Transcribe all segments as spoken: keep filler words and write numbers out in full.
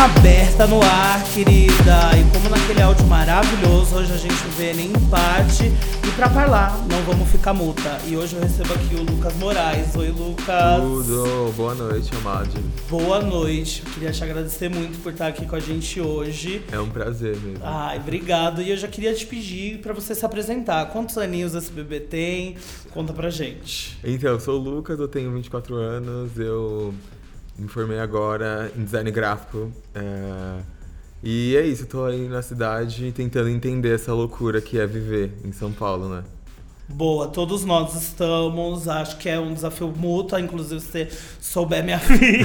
aberta no ar, querida. E como naquele áudio maravilhoso, hoje a gente vê nem empate. E pra falar, não vamos ficar multa. E hoje eu recebo aqui o Lucas Moraes. Oi, Lucas. Tudo, boa noite, Amade. Boa noite. Queria te agradecer muito por estar aqui com a gente hoje. É um prazer mesmo. Ai, obrigado. E eu já queria te pedir pra você se apresentar. Quantos aninhos esse bebê tem? Conta pra gente. Então, eu sou o Lucas, eu tenho vinte e quatro anos, eu me formei agora em design gráfico. É... E é isso, eu tô aí na cidade tentando entender essa loucura que é viver em São Paulo, né? Boa, todos nós estamos, acho que é um desafio mútuo, inclusive se você souber me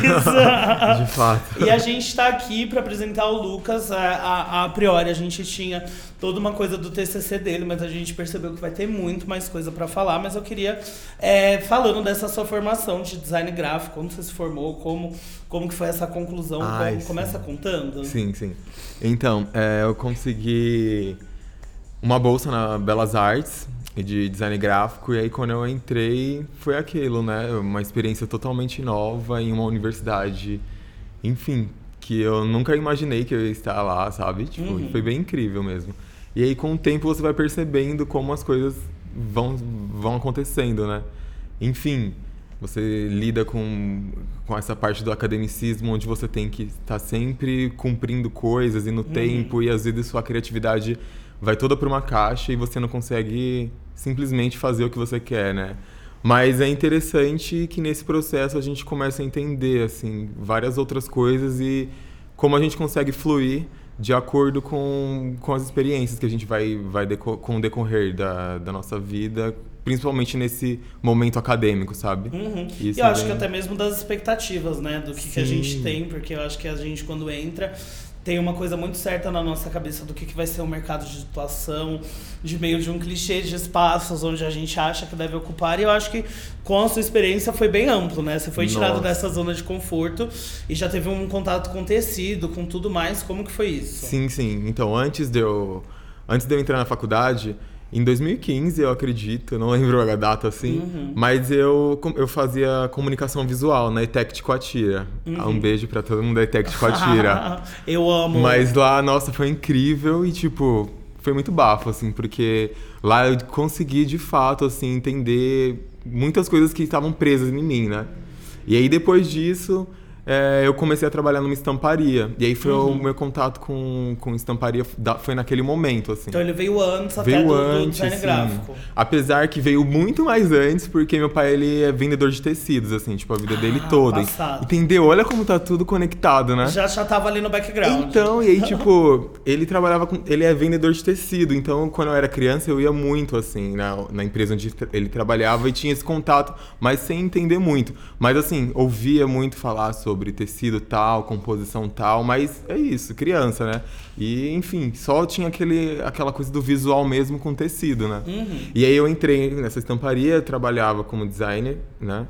avisa. De fato. E a gente tá aqui para apresentar o Lucas, a, a, a priori a gente tinha toda uma coisa do T C C dele, mas a gente percebeu que vai ter muito mais coisa para falar, mas eu queria, é, falando dessa sua formação de design gráfico, como você se formou, como, como que foi essa conclusão, Ai, como, começa contando? Sim, sim. Então, é, eu consegui uma bolsa na Belas Artes, de design gráfico, e aí quando eu entrei foi aquilo, né, uma experiência totalmente nova em uma universidade, enfim, que eu nunca imaginei que eu ia estar lá, sabe, tipo, Uhum. foi bem incrível mesmo. E aí com o tempo você vai percebendo como as coisas vão, vão acontecendo, né, enfim, você lida com, com essa parte do academicismo, onde você tem que estar sempre cumprindo coisas e no Uhum. tempo, e às vezes sua criatividade vai toda para uma caixa e você não consegue simplesmente fazer o que você quer, né? Mas é interessante que nesse processo a gente começa a entender, assim, várias outras coisas e como a gente consegue fluir de acordo com, com as experiências que a gente vai, vai deco- com o decorrer da, da nossa vida, principalmente nesse momento acadêmico, sabe? Uhum. E Isso eu é acho bem- que até mesmo das expectativas, né? Do que, que a gente Sim. tem, porque eu acho que a gente, quando entra, tem uma coisa muito certa na nossa cabeça do que, que vai ser o mercado de atuação, de meio de um clichê de espaços onde a gente acha que deve ocupar. E eu acho que com a sua experiência foi bem amplo, né? Você foi tirado Nossa. dessa zona de conforto e já teve um contato com tecido, com tudo mais. Como que foi isso? Sim, sim. Então, antes de eu, antes de eu entrar na faculdade, em dois mil e quinze, eu acredito, eu não lembro a data assim, Uhum. mas eu, eu fazia comunicação visual na ETEC de Coatira. Uhum. Um beijo pra todo mundo da ETEC de Coatira. Eu amo. Mas lá, nossa, foi incrível e, tipo, foi muito bafo, assim, porque lá eu consegui, de fato, assim, entender muitas coisas que estavam presas em mim, né? E aí, depois disso, é, eu comecei a trabalhar numa estamparia. E aí foi Uhum. o meu contato com, com estamparia, da- foi naquele momento, assim. Então ele veio antes até Veio do, do antes, design sim. gráfico. Apesar que veio muito mais antes, porque meu pai, ele é vendedor de tecidos, assim, tipo, a vida dele Ah, toda. passado. Entendeu? Olha como tá tudo conectado, né? Já, já tava ali no background. Então, e aí, tipo, ele trabalhava com... Ele é vendedor de tecido, então, quando eu era criança, eu ia muito, assim, na, na empresa onde tra- ele trabalhava e tinha esse contato, mas sem entender muito. Mas, assim, ouvia muito falar sobre tecido tal, composição tal, mas é isso, criança, né? E, enfim, só tinha aquele, aquela coisa do visual mesmo com tecido, né? Uhum. E aí eu entrei nessa estamparia, trabalhava como designer, né?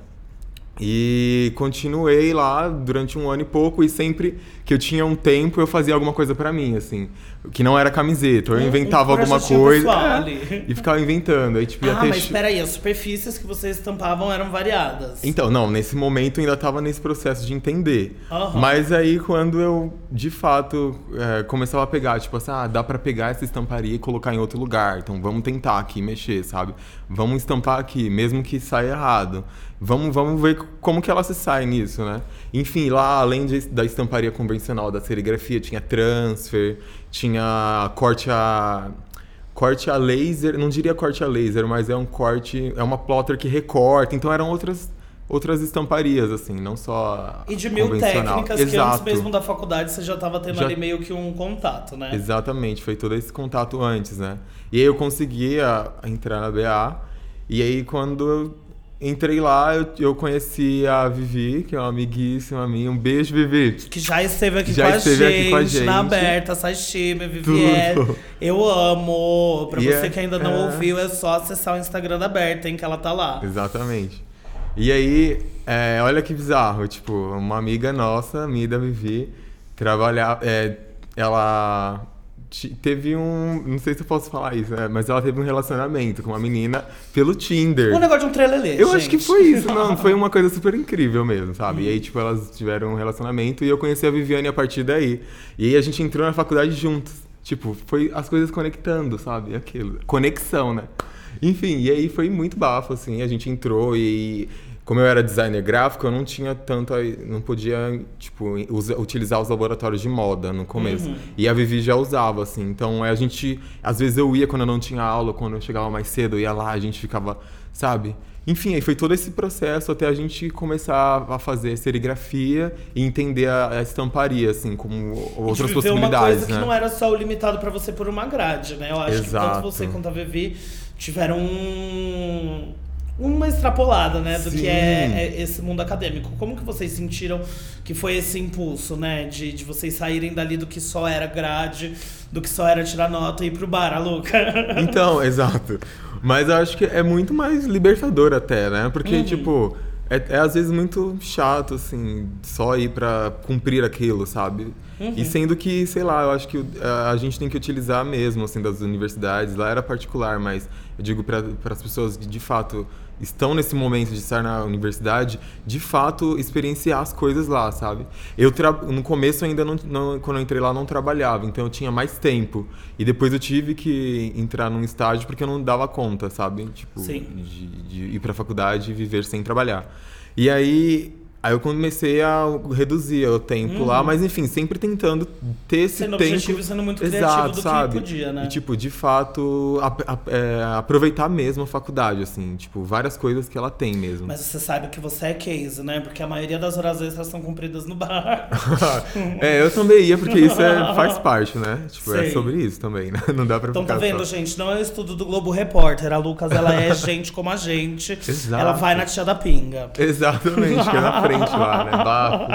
E continuei lá durante um ano e pouco, e sempre que eu tinha um tempo eu fazia alguma coisa pra mim, assim, que não era camiseta, ou eu Um- inventava um alguma projetinho coisa pessoal é, ali. e ficava inventando. Aí, tipo, ia Ah, ter mas ch- peraí, as superfícies que vocês estampavam eram variadas. Então, não, nesse momento eu ainda tava nesse processo de entender. Aham. Mas aí quando eu, de fato, é, começava a pegar, tipo assim, ah, dá pra pegar essa estamparia e colocar em outro lugar, então vamos tentar aqui mexer, sabe? Vamos estampar aqui, mesmo que saia errado. Vamos, vamos ver como que ela se sai nisso, né? Enfim, lá, além de- da estamparia convencional da serigrafia, tinha transfer, tinha corte a... Corte a laser, não diria corte a laser, mas é um corte, é uma plotter que recorta, então eram outras, outras estamparias, assim, não só E de mil convencional. técnicas que antes Exato. mesmo da faculdade você já tava tendo Já- ali meio que um contato, né? Exatamente, foi todo esse contato antes, né? E aí eu consegui a- a entrar na B A, e aí quando eu entrei lá, eu, eu conheci a Vivi, que é uma amiguíssima minha, um beijo, Vivi. Que já esteve aqui, Já com, a esteve aqui gente, com a gente. na aberta, essas time, Vivier. Tudo. Eu amo. Pra E você é- que ainda não é. ouviu, é só acessar o Instagram da Aberta, hein, que ela tá lá. Exatamente. E aí, é, olha que bizarro, tipo, uma amiga nossa, minha da Vivi, trabalhava, é, ela teve um... Não sei se eu posso falar isso, né? Mas ela teve um relacionamento com uma menina pelo Tinder. Um negócio de um trelelê, Eu gente. acho que foi isso, não. Foi uma coisa super incrível mesmo, sabe? Hum. E aí, tipo, elas tiveram um relacionamento e eu conheci a Viviane a partir daí. E aí a gente entrou na faculdade juntos. Tipo, foi as coisas conectando, sabe? Aquilo. Conexão, né? Enfim, e aí foi muito bafo, assim. A gente entrou e... Como eu era designer gráfico, eu não tinha tanto... Não podia, tipo, usa, utilizar os laboratórios de moda no começo. Uhum. E a Vivi já usava, assim. Então, a gente... Às vezes eu ia quando eu não tinha aula, quando eu chegava mais cedo, eu ia lá, a gente ficava... Sabe? Enfim, aí foi todo esse processo até a gente começar a fazer serigrafia e entender a, a estamparia, assim, como outras e possibilidades, uma coisa né? que não era só limitado para você por uma grade, né? Eu acho Exato. que tanto você quanto a Vivi tiveram um... uma extrapolada, né, do Sim. que é, é esse mundo acadêmico. Como que vocês sentiram que foi esse impulso, né, de, de vocês saírem dali do que só era grade, do que só era tirar nota e ir pro bar, a louca? Então, exato. Mas eu acho que é muito mais libertador até, né, porque, uhum. tipo, é, é às vezes muito chato, assim, só ir pra cumprir aquilo, sabe? Uhum. E sendo que, sei lá, eu acho que a gente tem que utilizar mesmo, assim, das universidades. Lá era particular, mas eu digo para as pessoas que, de fato, estão nesse momento de estar na universidade, de fato, experienciar as coisas lá, sabe? Eu, tra... no começo, ainda não, não... Quando eu entrei lá, não trabalhava, então eu tinha mais tempo. E depois eu tive que entrar num estágio porque eu não dava conta, sabe? Tipo, Sim. De, de ir pra faculdade e viver sem trabalhar. E aí... Aí eu comecei a reduzir o tempo uhum. lá, mas enfim, sempre tentando ter esse sendo tempo... Sendo objetivo e sendo muito criativo Exato, do sabe? que podia, né? E, tipo, de fato, a, a, é, aproveitar mesmo a faculdade, assim. Tipo, várias coisas que ela tem mesmo. Mas você sabe que você é case, né? Porque a maioria das horas extras são cumpridas no bar. É, eu também ia, porque isso é, faz parte, né? Tipo, Sei. É sobre isso também, né? Não dá pra então, ficar tá vendo, só... gente? Não é um estudo do Globo Repórter. A Lucas, ela é gente como a gente. Exato. Ela vai na tia da pinga. Exatamente, que é na frente lá, né?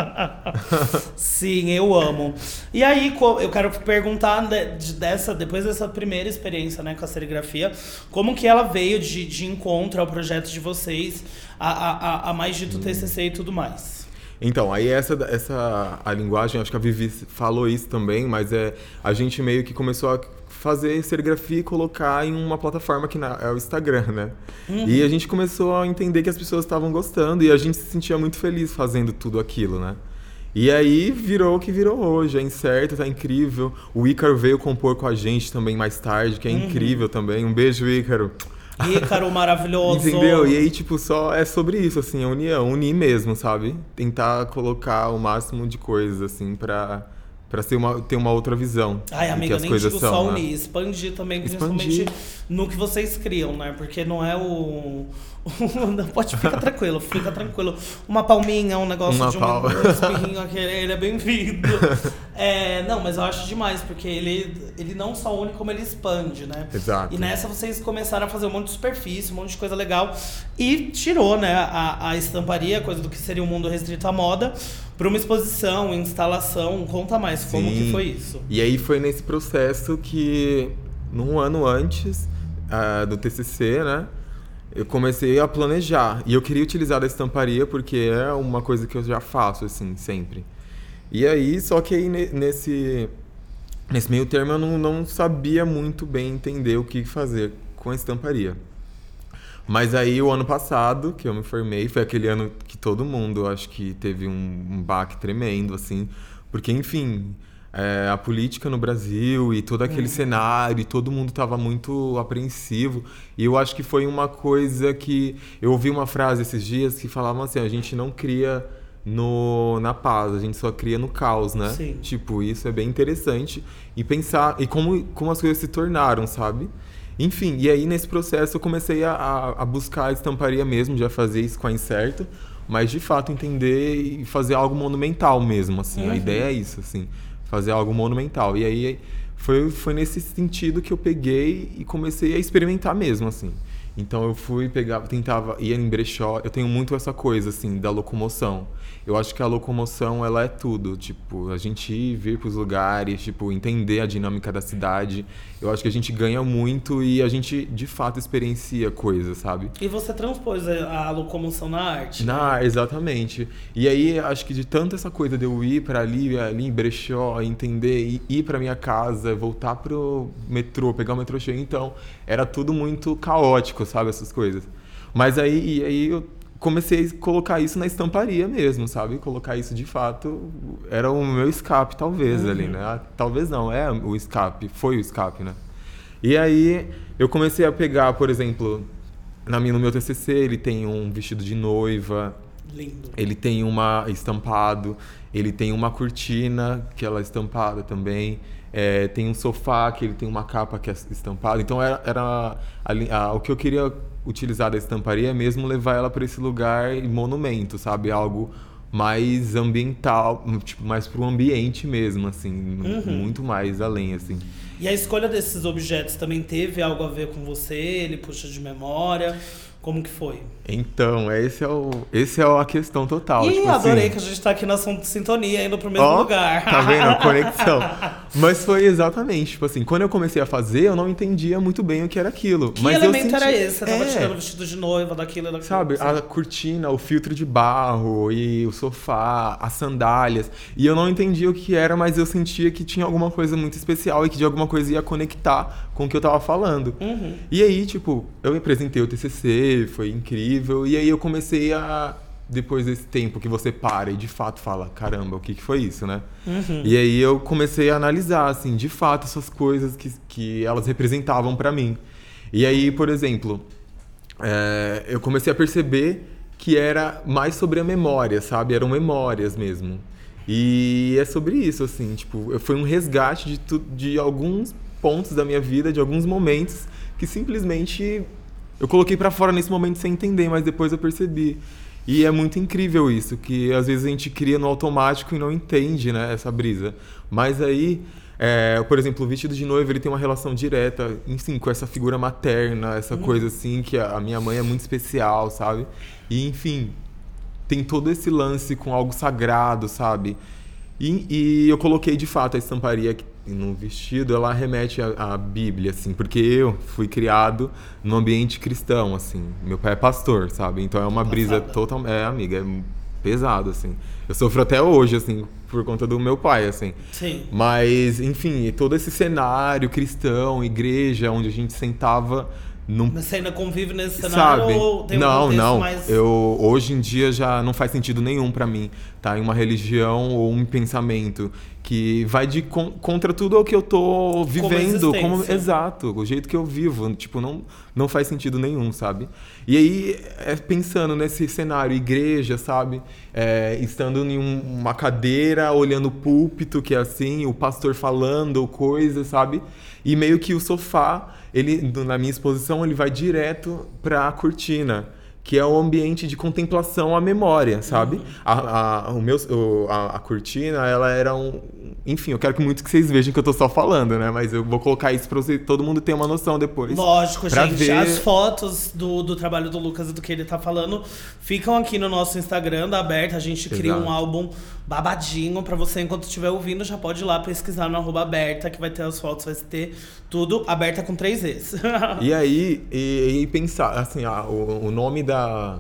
Sim, eu amo. E aí, eu quero perguntar de, dessa, depois dessa primeira experiência, né, com a serigrafia, como que ela veio de, de encontro ao projeto de vocês, a, a, a mais dito T C C e tudo mais? Então, aí essa, essa a linguagem, acho que a Vivi falou isso também, mas é, a gente meio que começou a fazer serigrafia e colocar em uma plataforma que na, é o Instagram, né? Uhum. E a gente começou a entender que as pessoas estavam gostando e a gente se sentia muito feliz fazendo tudo aquilo, né? E aí virou o que virou hoje, é incerto, tá incrível. O Ícaro veio compor com a gente também mais tarde, que é uhum. incrível também. Um beijo, Ícaro. Ícaro maravilhoso. Entendeu? E aí, tipo, só é sobre isso, assim, a união, unir mesmo, sabe? Tentar colocar o máximo de coisas, assim, pra... Pra ser uma, ter uma outra visão. Ai, amiga, do que as nem coisas digo são, só né? unir, expandir também, expandir. Principalmente no que vocês criam, né? Porque não é o... Pode ficar tranquilo, fica tranquilo. Uma palminha, um negócio uma de um, palma. um espirrinho aqui, ele é bem-vindo. É, não, mas eu acho demais, porque ele, ele não só une, como ele expande, né? Exato. E nessa vocês começaram a fazer um monte de superfície, um monte de coisa legal. E tirou, né, a, a estamparia, coisa do que seria um mundo restrito à moda, para uma exposição, instalação. Conta mais, Sim. como que foi isso? E aí foi nesse processo que, num ano antes uh, do T C C, né, eu comecei a planejar. E eu queria utilizar a estamparia porque é uma coisa que eu já faço, assim, sempre. E aí, só que aí nesse, nesse meio termo eu não, não sabia muito bem entender o que fazer com a estamparia. Mas aí o ano passado, que eu me formei, foi aquele ano que todo mundo, acho que teve um, um baque tremendo, assim. Porque, enfim, é, a política no Brasil e todo aquele uhum. cenário, e todo mundo estava muito apreensivo. E eu acho que foi uma coisa que... Eu ouvi uma frase esses dias que falava assim, a gente não cria no, na paz, a gente só cria no caos, né? Sim. Tipo, isso é bem interessante. E pensar... E como, como as coisas se tornaram, sabe? Enfim, e aí nesse processo eu comecei a, a, a buscar a estamparia mesmo, já fazer isso com a Incerto, mas de fato entender e fazer algo monumental mesmo, assim. Uhum. A ideia é isso, assim, fazer algo monumental. E aí foi, foi nesse sentido que eu peguei e comecei a experimentar mesmo, assim. Então eu fui, pegava, tentava, ia em brechó. Eu tenho muito essa coisa, assim, da locomoção. Eu acho que a locomoção, ela é tudo. Tipo, a gente ir, vir pros lugares, tipo, entender a dinâmica da cidade. Eu acho que a gente ganha muito e a gente, de fato, experiencia coisas, sabe? E você transpôs a, a locomoção na arte. Na, né? Exatamente. E aí, acho que de tanto essa coisa de eu ir pra ali, ali em brechó, entender, e ir pra minha casa, voltar pro metrô, pegar o metrô cheio, então, era tudo muito caótico, sabe? Essas coisas. Mas aí, e aí eu comecei a colocar isso na estamparia mesmo, sabe? Colocar isso de fato era o meu escape, talvez, uhum. ali, né? Talvez não, é o escape, foi o escape, né? E aí eu comecei a pegar, por exemplo, na minha, no meu T C C, ele tem um vestido de noiva, lindo. Ele tem uma estampado, ele tem uma cortina que ela é estampada também. É, tem um sofá que ele tem uma capa que é estampada. Então era, era a, a, o que eu queria utilizar da estamparia é mesmo levar ela para esse lugar monumento, sabe? Algo mais ambiental, tipo, mais pro ambiente mesmo, assim, uhum. muito mais além, assim. E a escolha desses objetos também teve algo a ver com você? Ele puxa de memória? Como que foi? Então, esse é, o, esse é a questão total. Ih, tipo adorei assim, que a gente tá aqui na sintonia, indo pro mesmo ó, lugar. Tá vendo? A conexão. Mas foi exatamente, tipo assim, quando eu comecei a fazer, eu não entendia muito bem o que era aquilo. Que mas elemento eu senti... era esse? Você tava é. tirando o vestido de noiva, daquilo e daquilo. Sabe, assim. a cortina, o filtro de barro e o sofá, as sandálias. E eu não entendia o que era, mas eu sentia que tinha alguma coisa muito especial e que de alguma coisa ia conectar com o que eu tava falando. Uhum. E aí, tipo, eu apresentei o T C C, foi incrível. E aí eu comecei a, depois desse tempo que você para e de fato fala, caramba, o que, que foi isso, né? Uhum. E aí eu comecei a analisar, assim, de fato, essas coisas que, que elas representavam pra mim. E aí, por exemplo, é, eu comecei a perceber que era mais sobre a memória, sabe? Eram memórias mesmo. E é sobre isso, assim, tipo, foi um resgate de, tu, de alguns pontos da minha vida, de alguns momentos que simplesmente... eu coloquei pra fora nesse momento sem entender, mas depois eu percebi. E é muito incrível isso, que às vezes a gente cria no automático e não entende, né, essa brisa. Mas aí, é, por exemplo, o vestido de noiva, ele tem uma relação direta, enfim, com essa figura materna, essa uhum. coisa assim, que a minha mãe é muito especial, sabe? E, enfim, tem todo esse lance com algo sagrado, sabe? E, e eu coloquei, de fato, a estamparia no vestido, ela remete à, à Bíblia, assim, porque eu fui criado num ambiente cristão, assim. Meu pai é pastor, sabe? Então é uma brisa total... É, amiga, é pesado, assim. Eu sofro até hoje, assim, por conta do meu pai, assim. Sim. Mas, enfim, todo esse cenário cristão, igreja, onde a gente sentava... Num... Mas você ainda convive nesse cenário, sabe? ou tem um não, contexto não. mais... Eu, hoje em dia já não faz sentido nenhum pra mim, tá? Em uma religião ou um pensamento que vai de con- contra tudo o que eu tô vivendo. Como como Exato, o jeito que eu vivo. Tipo, não, não faz sentido nenhum, sabe? E aí, é, pensando nesse cenário, igreja, sabe? É, estando em um, uma cadeira, olhando o púlpito, que é assim, o pastor falando coisa, sabe? E meio que o sofá... ele, na minha exposição, ele vai direto para a cortina, que é o ambiente de contemplação à memória, sabe? Uhum. A, a, o meu, o, a, a cortina, ela era um... Enfim, eu quero que muito que vocês vejam que eu tô só falando, né? Mas eu vou colocar isso pra você, todo mundo ter uma noção depois. Lógico, gente. Ver... As fotos do, do trabalho do Lucas e do que ele tá falando ficam aqui no nosso Instagram da Aberta. A gente cria Exato. um álbum babadinho pra você, enquanto estiver ouvindo, já pode ir lá pesquisar no arroba Aberta, que vai ter as fotos, vai ter tudo Aberta com três E's. E aí, e, e pensar, assim, ah, o, o nome da...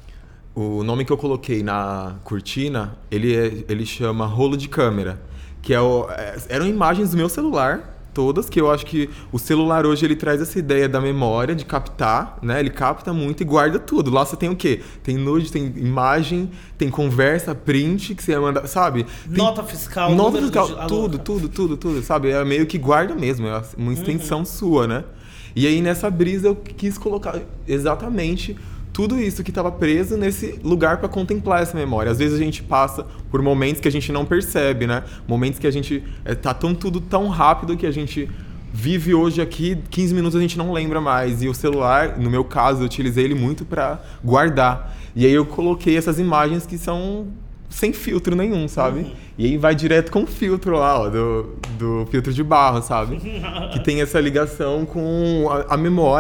O nome que eu coloquei na cortina, ele, é, ele chama rolo de câmera. Que é o, é, eram imagens do meu celular, todas, que eu acho que o celular hoje ele traz essa ideia da memória, de captar, né? Ele capta muito e guarda tudo. Lá você tem o quê? Tem nude, tem imagem, tem conversa, print, que você manda, sabe? Tem nota fiscal. Nota fiscal, de... tudo, tudo, tudo, tudo, sabe? É meio que guarda mesmo, é uma extensão uhum. sua, né? E aí nessa brisa eu quis colocar exatamente... tudo isso que estava preso nesse lugar para contemplar essa memória. Às vezes a gente passa por momentos que a gente não percebe, né? Momentos que a gente... É, tá tão, tudo tão rápido que a gente vive hoje aqui, quinze minutos a gente não lembra mais. E o celular, no meu caso, eu utilizei ele muito para guardar. E aí eu coloquei essas imagens que são sem filtro nenhum, sabe? Uhum. E aí vai direto com o filtro lá, ó, do, do filtro de barro, sabe? Que tem essa ligação com a, a memória...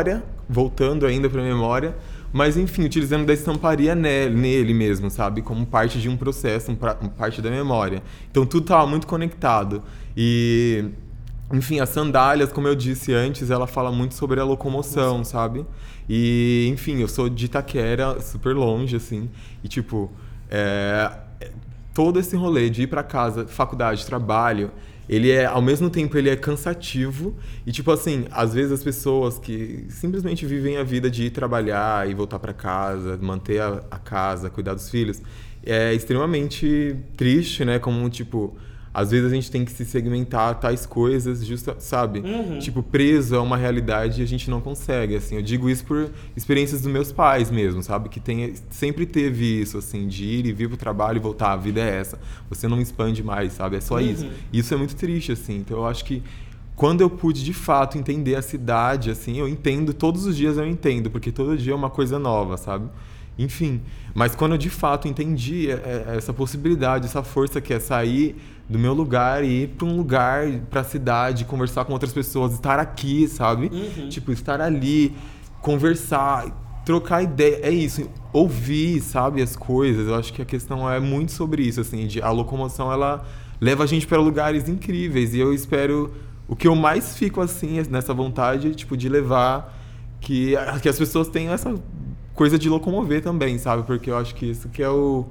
voltando ainda pra memória, mas enfim, utilizando da estamparia nele, nele mesmo, sabe? Como parte de um processo, um pra, parte da memória. Então tudo estava muito conectado. E, enfim, as sandálias, como eu disse antes, ela fala muito sobre a locomoção, Nossa. sabe? E, enfim, eu sou de Itaquera, super longe, assim, e tipo, é, todo esse rolê de ir pra casa, faculdade, trabalho, ele é, ao mesmo tempo, ele é cansativo e, tipo assim, às vezes as pessoas que simplesmente vivem a vida de ir trabalhar e voltar para casa, manter a, a casa, cuidar dos filhos, é extremamente triste, né? Como, tipo, às vezes a gente tem que se segmentar a tais coisas, justa, sabe? Uhum. Tipo, preso a uma realidade e a gente não consegue, assim. Eu digo isso por experiências dos meus pais mesmo, sabe? Que tem, sempre teve isso, assim, de ir e vir pro trabalho e voltar. A vida é essa. Você não expande mais, sabe? É só uhum. isso. E isso é muito triste, assim. Então, eu acho que quando eu pude, de fato, entender a cidade, assim, eu entendo, todos os dias eu entendo, porque todo dia é uma coisa nova, sabe? Enfim, mas quando eu de fato entendi essa possibilidade, essa força que é sair do meu lugar e ir para um lugar, para a cidade, conversar com outras pessoas, estar aqui, sabe? Uhum. Tipo, estar ali, conversar, trocar ideia, é isso, ouvir, sabe, as coisas. Eu acho que a questão é muito sobre isso, assim, de, a locomoção, ela leva a gente para lugares incríveis e eu espero, o que eu mais fico, assim, nessa vontade, tipo, de levar que, que as pessoas tenham essa coisa de locomover também, sabe? Porque eu acho que isso que é o...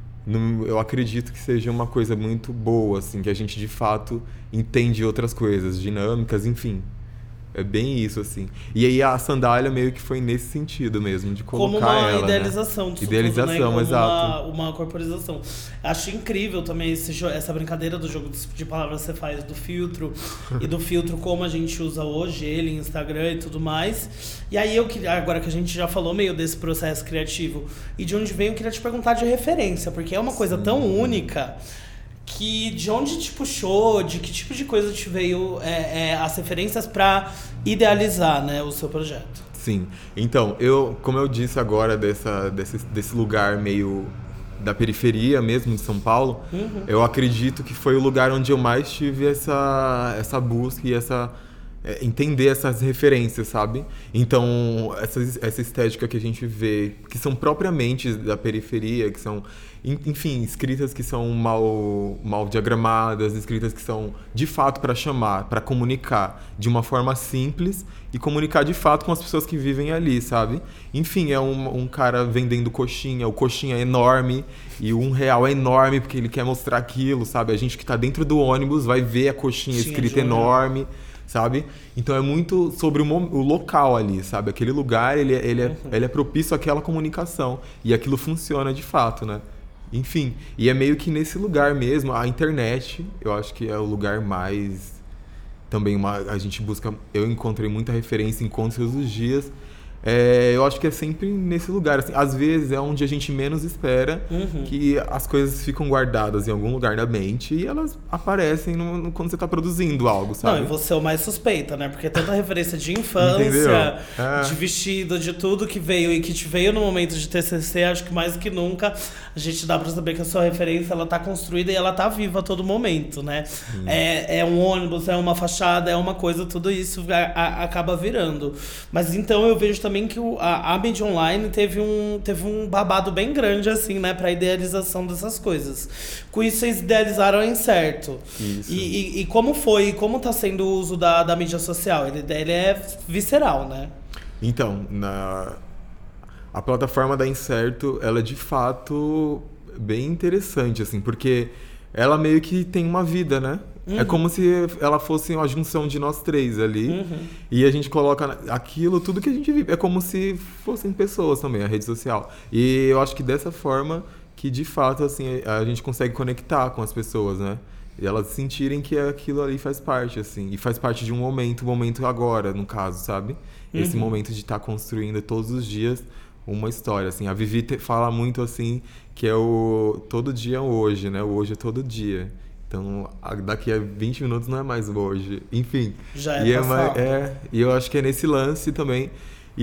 Eu acredito que seja uma coisa muito boa, assim, que a gente de fato entende outras coisas, dinâmicas, enfim. É bem isso, assim. E aí a sandália meio que foi nesse sentido mesmo, de colocar ela, como uma ela, idealização né? disso Idealização, tudo, né? Como exato. Uma, uma corporização. Acho incrível também esse, essa brincadeira do jogo de palavras que você faz, do filtro, e do filtro como a gente usa hoje, ele, Instagram e tudo mais. E aí eu queria, agora que a gente já falou meio desse processo criativo e de onde vem, eu queria te perguntar de referência, porque é uma coisa Sim. tão única... que de onde te puxou, de que tipo de coisa te veio é, é, as referências para idealizar, né, o seu projeto? Sim, então, eu, como eu disse agora, dessa, desse, desse lugar meio da periferia mesmo de São Paulo, uhum. eu acredito que foi o lugar onde eu mais tive essa, essa busca e essa... É, entender essas referências, sabe? Então, essa, essa estética que a gente vê, que são propriamente da periferia, que são, enfim, escritas que são mal, mal diagramadas, escritas que são, de fato, para chamar, para comunicar de uma forma simples e comunicar, de fato, com as pessoas que vivem ali, sabe? Enfim, é um, um cara vendendo coxinha, o coxinha é enorme e um real é enorme porque ele quer mostrar aquilo, sabe? A gente que tá dentro do ônibus vai ver a coxinha Sim, escrita enorme, sabe? Então é muito sobre o, o local ali, sabe? Aquele lugar, ele, ele, é, uhum. ele é propício àquela comunicação e aquilo funciona de fato, né? Enfim, e é meio que nesse lugar mesmo, a internet, eu acho que é o lugar mais... Também uma, a gente busca... Eu encontrei muita referência em Contos todos os dias. É, eu acho que é sempre nesse lugar, assim, às vezes é onde a gente menos espera uhum. que as coisas ficam guardadas em algum lugar da mente e elas aparecem no, no, quando você tá produzindo algo, sabe? Não, e você é o mais suspeita, né? Porque tanta referência de infância, é. de vestido, de tudo que veio e que te veio no momento de T C C, acho que mais do que nunca a gente dá pra saber que a sua referência, ela tá construída e ela tá viva a todo momento, né? É, é um ônibus, é uma fachada, é uma coisa, tudo isso a, a, acaba virando. Mas então eu vejo também também que o, a, a mídia online teve um, teve um babado bem grande, assim, né, pra idealização dessas coisas. Com isso, vocês idealizaram em certo. Isso. E, e, e como foi, como tá sendo o uso da, da mídia social? Ele, ele é visceral, né? Então, na... a plataforma da Incerto, ela é de fato bem interessante, assim, porque ela meio que tem uma vida, né? Uhum. É como se ela fosse uma junção de nós três ali. Uhum. E a gente coloca aquilo, tudo que a gente vive. É como se fossem pessoas também, a rede social. E eu acho que dessa forma que, de fato, assim, a gente consegue conectar com as pessoas, né? E elas sentirem que aquilo ali faz parte, assim. E faz parte de um momento, um momento agora, no caso, sabe? Uhum. Esse momento de estar tá construindo todos os dias uma história, assim. A Vivi te, fala muito, assim, que é o todo dia é hoje, né? O hoje é todo dia. Então, daqui a vinte minutos não é mais hoje. Enfim. Já é e passado. É, é, e eu acho que é nesse lance também.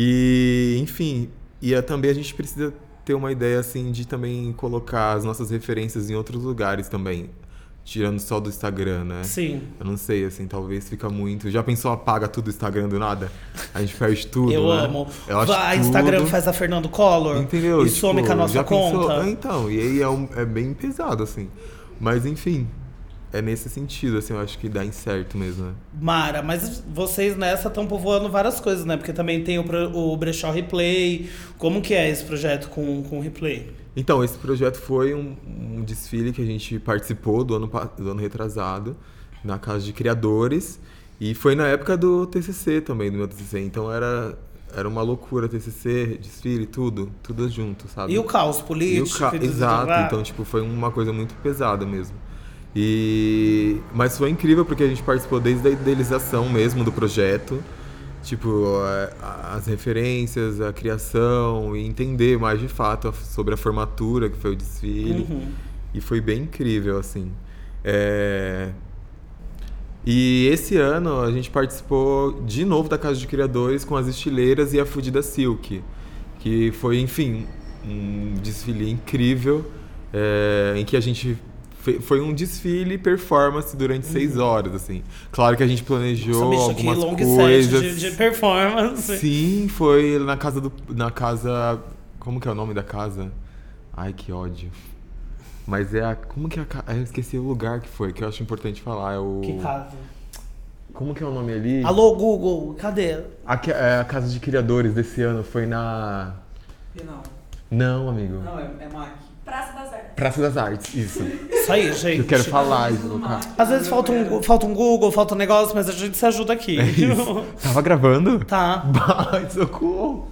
E, enfim, e é, também a gente precisa ter uma ideia, assim, de também colocar as nossas referências em outros lugares também. tirando só do Instagram, né? Sim. Eu não sei, assim, talvez fica muito... Já pensou, apaga tudo o Instagram do nada? A gente perde tudo, Eu né? amo. Eu acho a tudo... Instagram faz a Fernando Collor. Entendeu? E some tipo, com a nossa já conta. Pensou? Então, e aí é, um, é bem pesado, assim. Mas, enfim, é nesse sentido, assim, eu acho que dá incerto mesmo, né? Mara, mas vocês nessa estão povoando várias coisas, né? Porque também tem o, pro- o Brechó Replay. Como que é esse projeto com, com o Replay? Então, esse projeto foi um, um desfile que a gente participou do ano, pa- do ano retrasado, na Casa de Criadores, e foi na época do T C C também, do meu T C C, então era, era uma loucura, T C C, desfile, tudo, tudo junto, sabe? E o caos E o político? ca- e tudo- Exato, ah, então tipo, foi uma coisa muito pesada mesmo. E... Mas foi incrível porque a gente participou desde a idealização mesmo do projeto, tipo, a- as referências, a criação, e entender mais de fato a- sobre a formatura que foi o desfile. Uhum. E foi bem incrível, assim. É... E esse ano a gente participou de novo da Casa de Criadores com as estileiras e a Fudida Silk, que foi, enfim, um desfile incrível, é, em que a gente fe- foi um desfile e performance durante seis horas, assim. Claro que a gente planejou Nossa, bicho, que algumas long coisas. set de, de performance. Sim, foi na casa do, na casa, como que é o nome da casa? Ai, que ódio. Mas é a, como que é a casa? Eu esqueci o lugar que foi, que eu acho importante falar, é o... Que casa? Como que é o nome ali? Alô, Google, cadê? A, que- é, a Casa de Criadores desse ano foi na... Não, Não, amigo. não, é, é M A C. Praça das Artes. Praça das Artes, isso. Isso aí, gente. Eu quero falar isso, colocar. Às vezes falta um, falta um Google, falta um negócio, mas a gente se ajuda aqui. É isso. Tava gravando? Tá. Bah, socorro.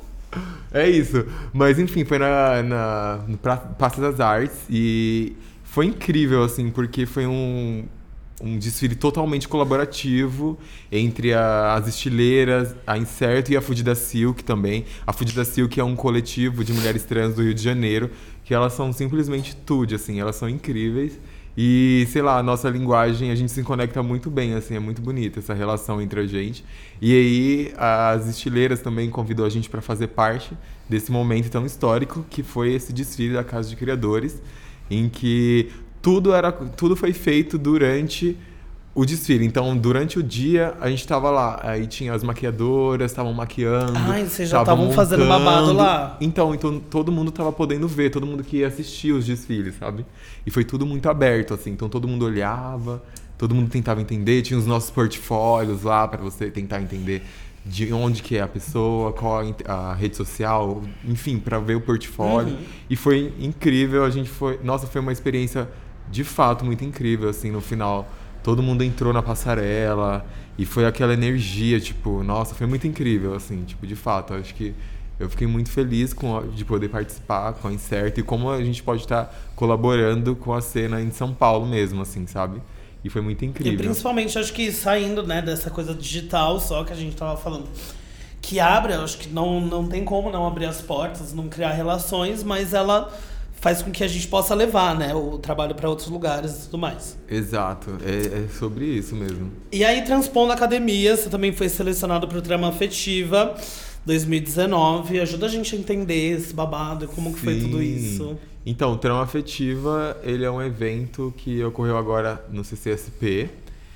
É isso. Mas enfim, foi na, na no Pra- Praça das Artes e foi incrível, assim, porque foi um, um desfile totalmente colaborativo entre a- as estileiras, a Incerto e a Fudida Silk também. A Fudida Silk é um coletivo de mulheres trans do Rio de Janeiro, que elas são simplesmente tudo, assim, elas são incríveis. E, sei lá, a nossa linguagem, a gente se conecta muito bem, assim, é muito bonita essa relação entre a gente. E aí, as estileiras também convidou a gente para fazer parte desse momento tão histórico que foi esse desfile da Casa de Criadores, em que tudo, era, tudo foi feito durante o desfile. Então, durante o dia, a gente tava lá, aí tinha as maquiadoras, estavam maquiando. Ai, vocês já tavam estavam fazendo montando. babado lá? Então, então, todo mundo tava podendo ver, todo mundo que ia assistir os desfiles, sabe? E foi tudo muito aberto, assim. Então, todo mundo olhava, todo mundo tentava entender. Tinha os nossos portfólios lá para você tentar entender de onde que é a pessoa, qual a, in- a rede social, enfim, para ver o portfólio. Uhum. E foi incrível, a gente foi... Nossa, foi uma experiência, de fato, muito incrível, assim, no final. Todo mundo entrou na passarela e foi aquela energia, tipo, nossa, foi muito incrível, assim, tipo, de fato. Acho que eu fiquei muito feliz com a- de poder participar com a Incerto e como a gente pode estar colaborando com a cena em São Paulo mesmo, assim, sabe? E foi muito E incrível. principalmente, acho que saindo, né, dessa coisa digital só que a gente tava falando. Que abre, eu acho que não, não tem como não abrir as portas, não criar relações, mas ela faz com que a gente possa levar, né, o trabalho para outros lugares e tudo mais. Exato, é, é sobre isso mesmo. E aí, transpondo a academia, você também foi selecionado para o Trama Afetiva dois mil e dezenove. Ajuda a gente a entender esse babado, como que foi tudo Sim. isso. Então, o Trama Afetiva, ele é um evento que ocorreu agora no C C S P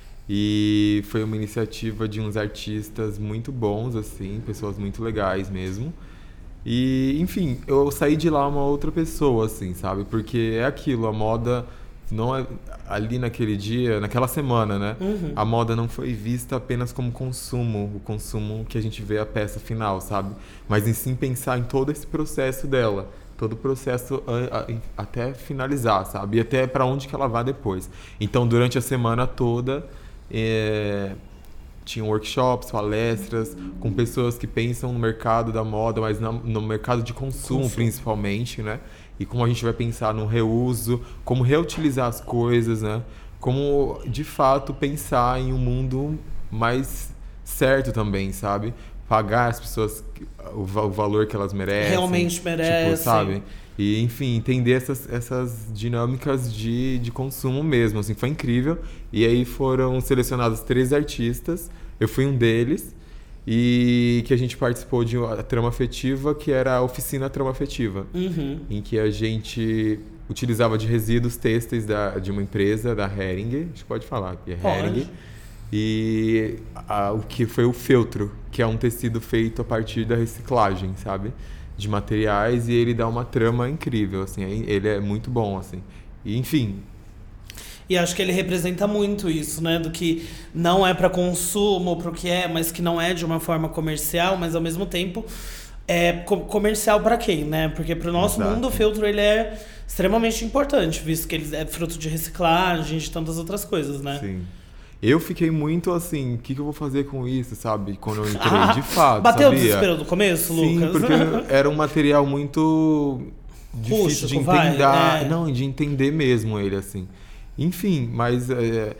e foi uma iniciativa de uns artistas muito bons, assim, pessoas muito legais mesmo. E, enfim, eu saí de lá uma outra pessoa, assim, sabe? Porque é aquilo, a moda não é... Ali naquele dia, naquela semana, né? Uhum. A moda não foi vista apenas como consumo, o consumo que a gente vê a peça final, sabe? Mas em sim pensar em todo esse processo dela, todo o processo a- a- até finalizar, sabe? E até para onde que ela vai depois. Então, durante a semana toda, é... tinham workshops, palestras com pessoas que pensam no mercado da moda, mas na- no mercado de consumo, Consumo. principalmente, né? E como a gente vai pensar no reuso, como reutilizar as coisas, né? Como, de fato, pensar em um mundo mais certo também, sabe? Pagar as pessoas o, va- o valor que elas merecem. Realmente merecem. Tipo, sabe? E, enfim, entender essas, essas dinâmicas de, de consumo mesmo, assim, foi incrível. E aí foram selecionados três artistas, eu fui um deles, e que a gente participou de uma trama afetiva, que era a oficina trama afetiva, Uhum. em que a gente utilizava de resíduos têxteis da, de uma empresa, da Hering, acho que pode falar, que é Hering. E a, o que foi o feltro, que é um tecido feito a partir da reciclagem, sabe? De materiais, e ele dá uma trama incrível, assim, ele é muito bom, assim. E, enfim... E acho que ele representa muito isso, né? Do que não é para consumo, pro que é, mas que não é de uma forma comercial, mas ao mesmo tempo é co- comercial para quem, né? Porque pro nosso Exato. mundo o feltro ele é extremamente importante, visto que ele é fruto de reciclagem, de tantas outras coisas, né? Sim. Eu fiquei muito assim, o que, que eu vou fazer com isso, sabe? Quando eu entrei, de fato, Bateu sabia? o desespero do começo, Sim, Lucas? porque era um material muito difícil Rústico, de vai, entender, é. não, de entender mesmo ele, assim. Enfim, mas é,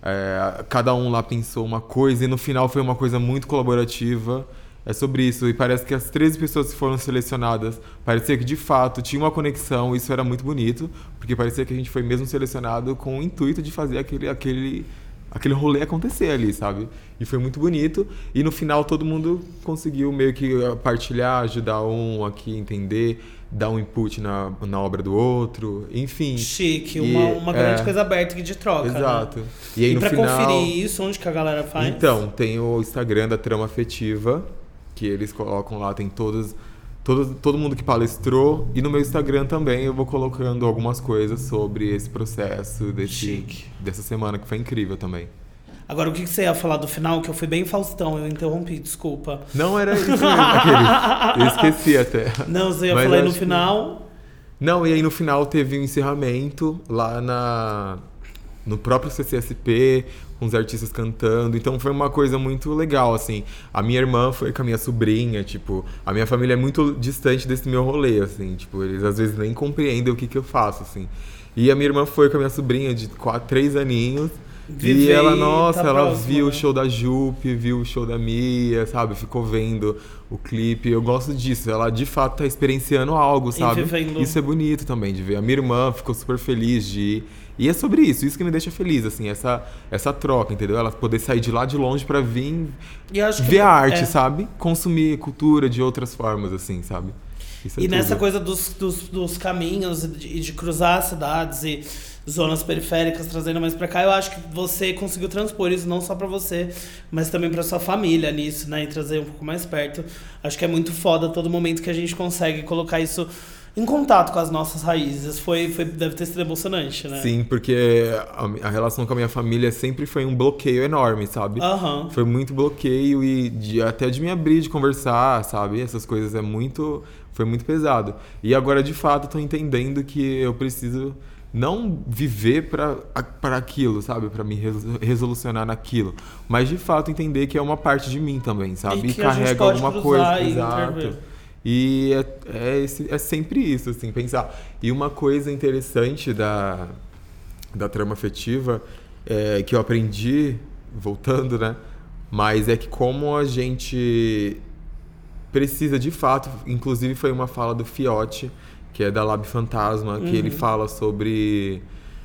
é, cada um lá pensou uma coisa e no final foi uma coisa muito colaborativa. É sobre isso, e parece que as treze pessoas que foram selecionadas, parecia que de fato tinha uma conexão, isso era muito bonito, porque parecia que a gente foi mesmo selecionado com o intuito de fazer aquele, aquele, aquele rolê acontecer ali, sabe? E foi muito bonito, e no final todo mundo conseguiu meio que partilhar, ajudar um aqui a entender, dar um input na, na obra do outro, enfim. Chique, E, uma, uma grande é, coisa aberta aqui de troca. Exato. Né? E aí e no pra final... conferir isso, onde que a galera faz? Então, tem o Instagram da Trama Afetiva, que eles colocam lá, tem todos, todo, todo mundo que palestrou, e no meu Instagram também eu vou colocando algumas coisas sobre esse processo desse, dessa semana, que foi incrível também. Agora, o que você ia falar do final? Que eu fui bem Faustão, eu interrompi, desculpa. Não era isso mesmo, aquele, eu esqueci até. Não, você ia Mas falar aí no acho que- final... Não, e aí no final teve um encerramento lá na, no próprio C C S P, com os artistas cantando, então foi uma coisa muito legal, assim. A minha irmã foi com a minha sobrinha, tipo, a minha família é muito distante desse meu rolê, assim, tipo, eles às vezes nem compreendem o que que eu faço, assim. E a minha irmã foi com a minha sobrinha de quatro, três aninhos, Viver e ela, e nossa, tá ela próximo, viu né? o show da Jupe, viu o show da Mia, sabe? Ficou vendo o clipe. Eu gosto disso. Ela, de fato, tá experienciando algo, sabe? vivendo. Isso é bonito também de ver. A minha irmã ficou super feliz de ir. E é sobre isso. Isso que me deixa feliz, assim. Essa, essa troca, entendeu? Ela poder sair de lá de longe pra vir E eu acho que ver a arte, é. sabe? Consumir cultura de outras formas, assim, sabe? Isso é E nessa tudo. coisa dos, dos, dos caminhos e de, de cruzar cidades e zonas periféricas, trazendo mais pra cá, eu acho que você conseguiu transpor isso não só pra você, mas também pra sua família nisso, né? E trazer um pouco mais perto. Acho que é muito foda todo momento que a gente consegue colocar isso em contato com as nossas raízes. Foi, foi, deve ter sido emocionante, né? Sim, porque a, a relação com a minha família sempre foi um bloqueio enorme, sabe? Aham. Foi muito bloqueio e de, até de me abrir, de conversar, sabe? Essas coisas é muito... Foi muito pesado. E agora, de fato, tô entendendo que eu preciso não viver pra, pra aquilo, sabe? Pra me resolu- resolucionar naquilo. Mas, de fato, entender que é uma parte de mim também, sabe? E E, que a gente carrega pode alguma cruzar coisa. e Exato. intervir. E é, é, esse- é sempre isso, assim, pensar. E uma coisa interessante da, da trama afetiva é, que eu aprendi, voltando, né? Mas é que como a gente precisa de fato, inclusive foi uma fala do Fiote, que é da Lab Fantasma, que Uhum. ele fala sobre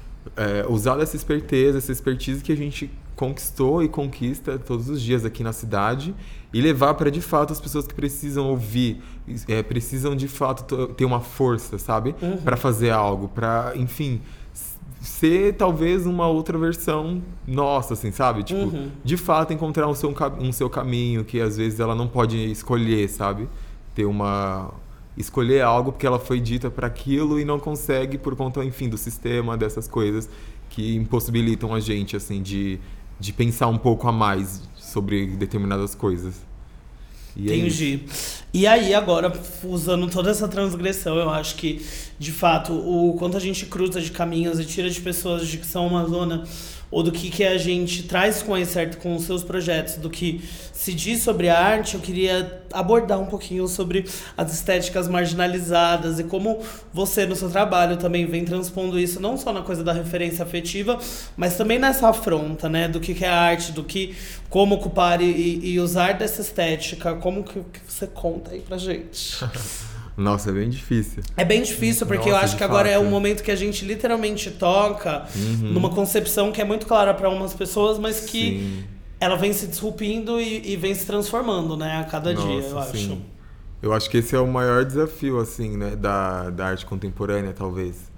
é, usar essa esperteza, essa expertise que a gente conquistou e conquista todos os dias aqui na cidade e levar para de fato as pessoas que precisam ouvir, é, precisam de fato t- ter uma força, sabe? Uhum. Para fazer algo, para, enfim, s- ser talvez uma outra versão nossa, assim, sabe? Tipo, Uhum. de fato encontrar um seu, ca- um seu caminho que às vezes ela não pode escolher, sabe? Ter uma... escolher algo porque ela foi dita para aquilo e não consegue por conta, enfim, do sistema, dessas coisas que impossibilitam a gente, assim, de, de pensar um pouco a mais sobre determinadas coisas. E é isso. Entendi. E aí, agora, usando toda essa transgressão, eu acho que, de fato, o quanto a gente cruza de caminhos e tira de pessoas de que são uma zona, ou do que, que a gente traz com esse certo com os seus projetos, do que se diz sobre a arte, eu queria abordar um pouquinho sobre as estéticas marginalizadas e como você, no seu trabalho, também vem transpondo isso, não só na coisa da referência afetiva, mas também nessa afronta, né, do que, que é arte, do que, como ocupar e, e usar dessa estética, como que, que você conta aí pra gente? Nossa, é bem difícil. É bem difícil, porque Nossa, eu acho de que agora é fato. um momento que a gente literalmente toca Uhum. numa concepção que é muito clara para umas pessoas, mas que Sim. ela vem se disruptindo e, e vem se transformando, né, a cada dia, eu Nossa, acho. sim. Eu acho que esse é o maior desafio, assim, né, da, da arte contemporânea, talvez.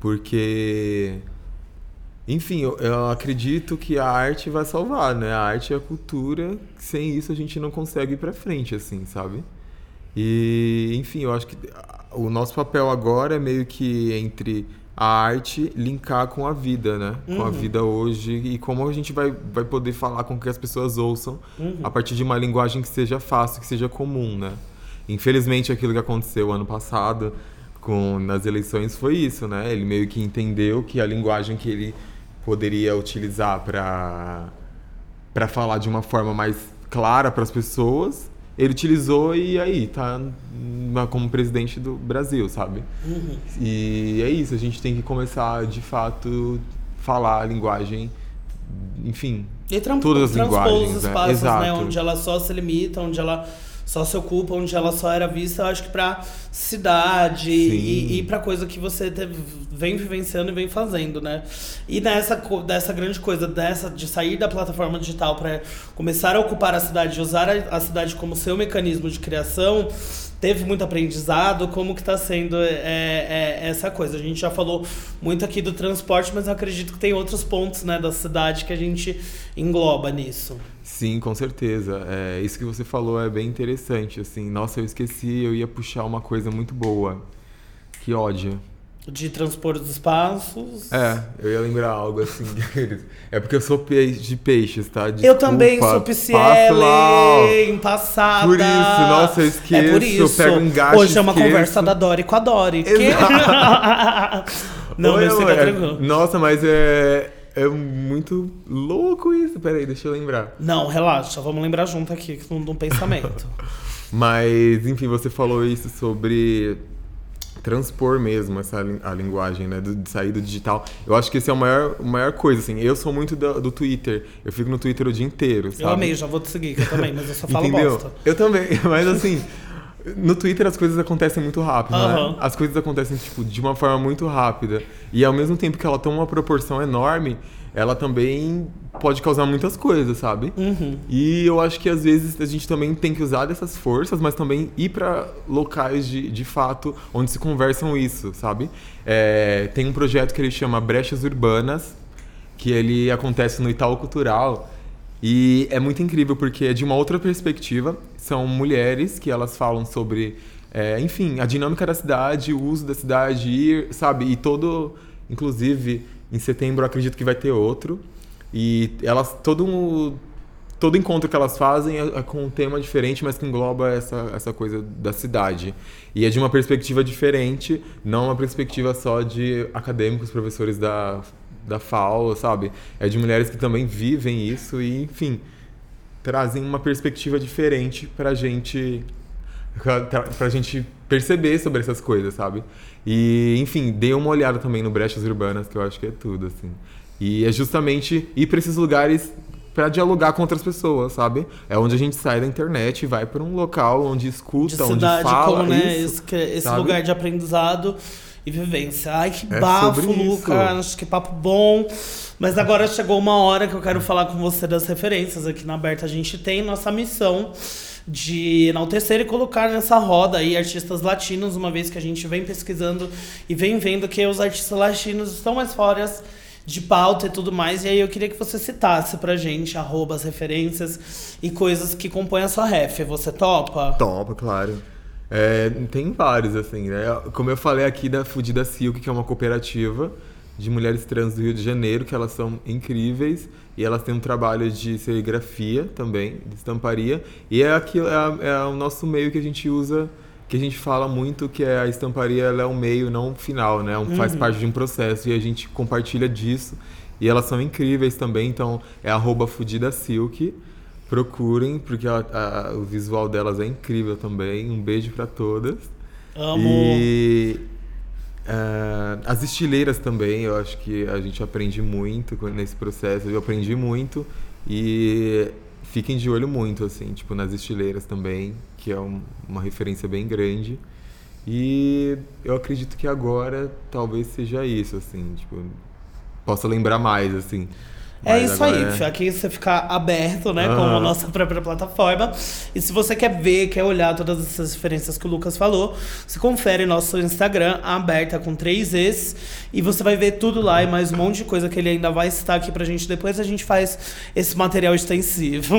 Porque, enfim, eu, eu acredito que a arte vai salvar, né? A arte e a cultura, sem isso a gente não consegue ir pra frente, assim, sabe? E, enfim, eu acho que o nosso papel agora é meio que entre a arte linkar com a vida, né? Uhum. Com a vida hoje e como a gente vai, vai poder falar com que as pessoas ouçam uhum. a partir de uma linguagem que seja fácil, que seja comum, né? Infelizmente, aquilo que aconteceu ano passado com, nas eleições foi isso, né? Ele meio que entendeu que a linguagem que ele poderia utilizar para para falar de uma forma mais clara para as pessoas, ele utilizou e aí tá como presidente do Brasil, sabe? Uhum. E é isso, a gente tem que começar de fato falar a linguagem, enfim, e tram- todas as linguagens, os espaços, né? né? Onde ela só se limita, onde ela só se ocupa, onde ela só era vista, eu acho que pra cidade e, e pra coisa que você teve, vem vivenciando e vem fazendo, né? E nessa dessa grande coisa, dessa, de sair da plataforma digital pra começar a ocupar a cidade, usar a, a cidade como seu mecanismo de criação, teve muito aprendizado. Como que tá sendo é, é, essa coisa? A gente já falou muito aqui do transporte, mas eu acredito que tem outros pontos, né, da cidade que a gente engloba nisso. Sim, com certeza. É, isso que você falou é bem interessante, assim. Nossa, eu esqueci, eu ia puxar uma coisa muito boa. Que ódio. De transpor os espaços. É, eu ia lembrar algo assim. É porque eu sou peixe de peixes, tá? Desculpa, eu também sou Pisciele, passada. Por isso, nossa, eu esqueço. É por isso. Eu pego um gato. Hoje é uma esqueço. conversa da Dori com a Dori. Que... Não, Oi, mas fica tranquilo. Nossa, mas é... É muito louco isso. Peraí, deixa eu lembrar. Não, relaxa. Vamos lembrar junto aqui, num pensamento. Mas, enfim, você falou isso sobre transpor mesmo essa a linguagem, né? De sair do digital. Eu acho que esse é a maior, a maior coisa, assim. Eu sou muito do, do Twitter. Eu fico no Twitter o dia inteiro, sabe? Eu amei, já vou te seguir, que eu também, mas eu só falo Entendeu? bosta. Eu também, mas assim... No Twitter as coisas acontecem muito rápido, uhum. né? As coisas acontecem tipo, de uma forma muito rápida. E ao mesmo tempo que ela toma uma proporção enorme, ela também pode causar muitas coisas, sabe? Uhum. E eu acho que às vezes a gente também tem que usar dessas forças, mas também ir para locais de, de fato onde se conversam isso, sabe? É, tem um projeto que ele chama Brechas Urbanas, que ele acontece no Itaú Cultural. E é muito incrível porque é de uma outra perspectiva. São mulheres que elas falam sobre, é, enfim, a dinâmica da cidade, o uso da cidade, ir, sabe? E todo, inclusive, em setembro eu acredito que vai ter outro. E elas, todo, um, todo encontro que elas fazem é, é com um tema diferente, mas que engloba essa, essa coisa da cidade. E é de uma perspectiva diferente, não uma perspectiva só de acadêmicos, professores da... da F A O, sabe? É de mulheres que também vivem isso e, enfim, trazem uma perspectiva diferente pra gente, pra, pra gente perceber sobre essas coisas, sabe? E, enfim, dê uma olhada também no Brechas Urbanas, que eu acho que é tudo, assim. E é justamente ir pra esses lugares pra dialogar com outras pessoas, sabe? É onde a gente sai da internet e vai pra um local onde escuta, de cidade, onde fala, como, né? isso, esse esse lugar de aprendizado e vivência. Ai, que é bafo, Lucas. Que papo bom. Mas agora chegou uma hora que eu quero falar com você das referências. Aqui na Aberta a gente tem nossa missão de enaltecer e colocar nessa roda aí artistas latinos, uma vez que a gente vem pesquisando e vem vendo que os artistas latinos estão mais fora de pauta e tudo mais. E aí eu queria que você citasse pra gente arroba as referências e coisas que compõem a sua ref. Você topa? Topa, claro. É, tem vários, assim, né? Como eu falei aqui da Fudida Silk, que é uma cooperativa de mulheres trans do Rio de Janeiro, que elas são incríveis e elas têm um trabalho de serigrafia também, de estamparia. E é, aquilo, é, a, é o nosso meio que a gente usa, que a gente fala muito, que é a estamparia, ela é um meio, não um final, né? Um, uhum. Faz parte de um processo e a gente compartilha disso. E elas são incríveis também, então é arroba Fudida Silk. Procurem, porque a, a, o visual delas é incrível também. Um beijo pra todas. Amo! E uh, as estileiras também, eu acho que a gente aprende muito nesse processo. Eu aprendi muito e fiquem de olho muito, assim, tipo, nas estileiras também, que é um, uma referência bem grande. E eu acredito que agora talvez seja isso, assim, tipo, possa lembrar mais, assim. É Mas isso aí, agora é- aqui você fica aberto, né, com Aham. a nossa própria plataforma. E se você quer ver, quer olhar todas essas referências que o Lucas falou, você confere nosso Instagram, aberta com três Es, e você vai ver tudo lá e mais um monte de coisa que ele ainda vai citar aqui pra gente. Depois a gente faz esse material extensivo.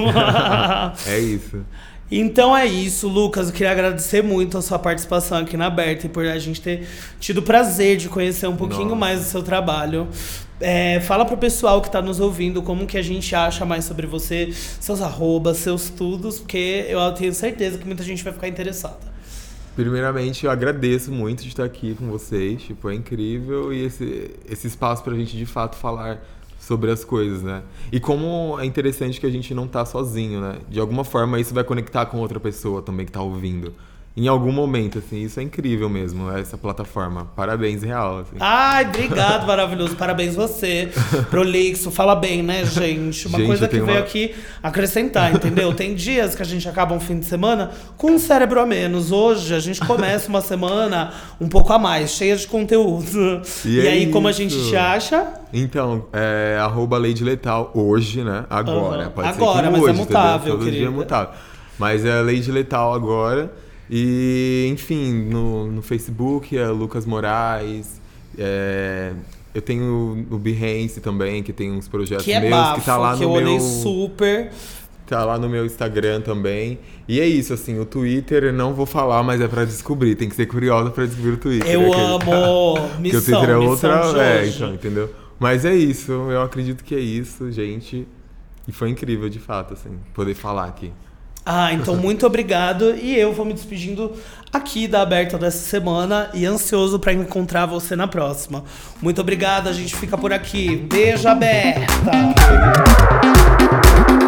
É isso. Então é isso, Lucas. Eu queria agradecer muito a sua participação aqui na Aberta e por a gente ter tido o prazer de conhecer um pouquinho Nossa. mais do seu trabalho. É, fala pro pessoal que tá nos ouvindo como que a gente acha mais sobre você, seus arrobas, seus tudos, porque eu tenho certeza que muita gente vai ficar interessada. Primeiramente, eu agradeço muito de estar aqui com vocês. Tipo, é incrível e esse, esse espaço pra gente, de fato, falar sobre as coisas, né? E como é interessante que a gente não tá sozinho, né? De alguma forma, isso vai conectar com outra pessoa também que tá ouvindo. Em algum momento, assim, isso é incrível mesmo, essa plataforma. Parabéns, real, assim. Ai, obrigado, maravilhoso. Parabéns você. Prolixo, fala bem, né, gente? Uma Gente, coisa eu que tenho veio uma- aqui acrescentar, entendeu? Tem dias que a gente acaba um fim de semana com um cérebro a menos. Hoje a gente começa uma semana um pouco a mais, cheia de conteúdo. E E, é aí, como a gente isso. te acha? Então, é arroba Lady Letal hoje, né? Agora. Aham. Pode Agora, ser que mas é hoje, mutável, entendeu? Todo dia é querida. mutável. Mas é Lady Letal agora. E, enfim, no, no Facebook é Lucas Moraes. É, eu tenho o Behance também, que tem uns projetos Que é meus, bafo, que tá lá que no eu meu... olhei super. Tá lá no meu Instagram também. E é isso, assim, o Twitter eu não vou falar, mas é pra descobrir. Tem que ser curiosa pra descobrir o Twitter. Eu Aquele- amo. Porque o Missão, Twitter é missão outra. de É, hoje. então, entendeu? Mas é isso, eu acredito que é isso, gente. E foi incrível, de fato, assim, poder falar aqui. Ah, então muito obrigado. E eu vou me despedindo aqui da Aberta dessa semana e ansioso pra encontrar você na próxima. Muito obrigado, a gente fica por aqui. Beijo, Aberta!